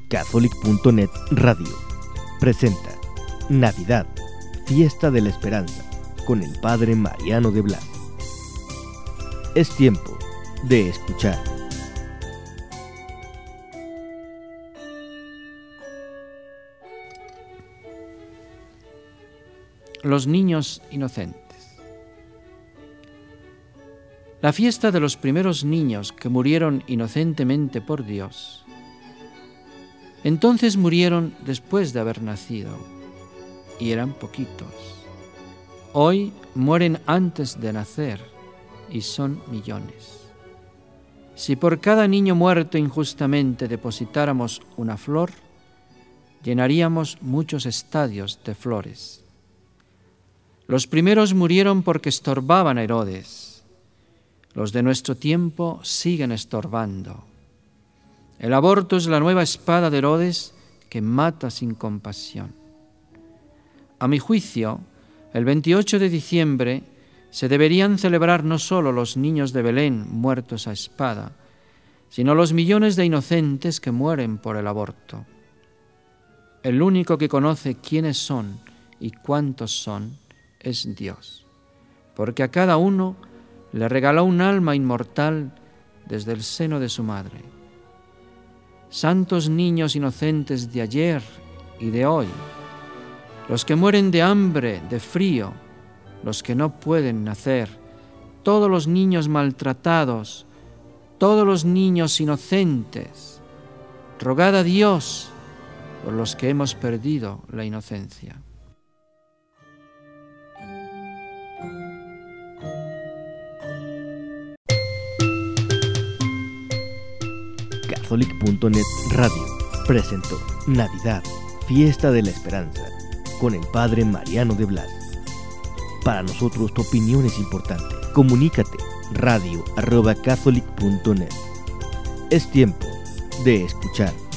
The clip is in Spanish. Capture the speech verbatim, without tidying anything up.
Catholic punto net Radio presenta Navidad, Fiesta de la Esperanza, con el Padre Mariano de Blas. Es tiempo de escuchar. Los niños inocentes. La fiesta de los primeros niños que murieron inocentemente por Dios. Entonces murieron después de haber nacido, y eran poquitos. Hoy mueren antes de nacer, y son millones. Si por cada niño muerto injustamente depositáramos una flor, llenaríamos muchos estadios de flores. Los primeros murieron porque estorbaban a Herodes. Los de nuestro tiempo siguen estorbando. El aborto es la nueva espada de Herodes que mata sin compasión. A mi juicio, el veintiocho de diciembre se deberían celebrar no solo los niños de Belén muertos a espada, sino los millones de inocentes que mueren por el aborto. El único que conoce quiénes son y cuántos son es Dios, porque a cada uno le regaló un alma inmortal desde el seno de su madre. Santos niños inocentes de ayer y de hoy, los que mueren de hambre, de frío, los que no pueden nacer, todos los niños maltratados, todos los niños inocentes, rogad a Dios por los que hemos perdido la inocencia. Catholic punto net Radio presentó Navidad, Fiesta de la Esperanza, con el Padre Mariano de Blas. Para nosotros tu opinión es importante. Comunícate, radio arroba catholic punto net. Es tiempo de escuchar.